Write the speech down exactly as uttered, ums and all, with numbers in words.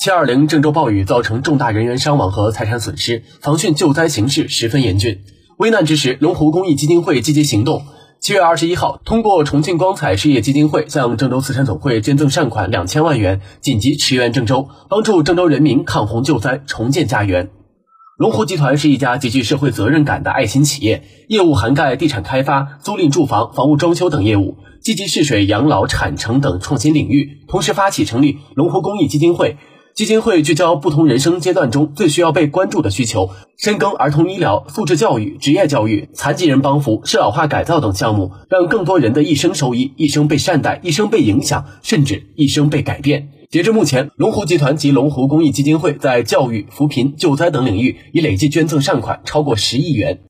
七二零郑州暴雨造成重大人员伤亡和财产损失，防汛救灾形势十分严峻。危难之时，龙湖公益基金会积极行动。七月二十一号，通过重庆光彩事业基金会向郑州慈善总会捐赠善款两千万元，紧急驰援郑州，帮助郑州人民抗洪救灾，重建家园。龙湖集团是一家极具社会责任感的爱心企业，业务涵盖地产开发、租赁住房、房屋装修等业务，积极试水、养老、产城等创新领域，同时发起成立龙湖公益基金会。基金会聚焦不同人生阶段中最需要被关注的需求，深耕儿童医疗、素质教育、职业教育、残疾人帮扶、适老化改造等项目，让更多人的一生受益，一生被善待，一生被影响，甚至一生被改变。截至目前，龙湖集团及龙湖公益基金会在教育、扶贫、救灾等领域已累计捐赠善款超过十亿元。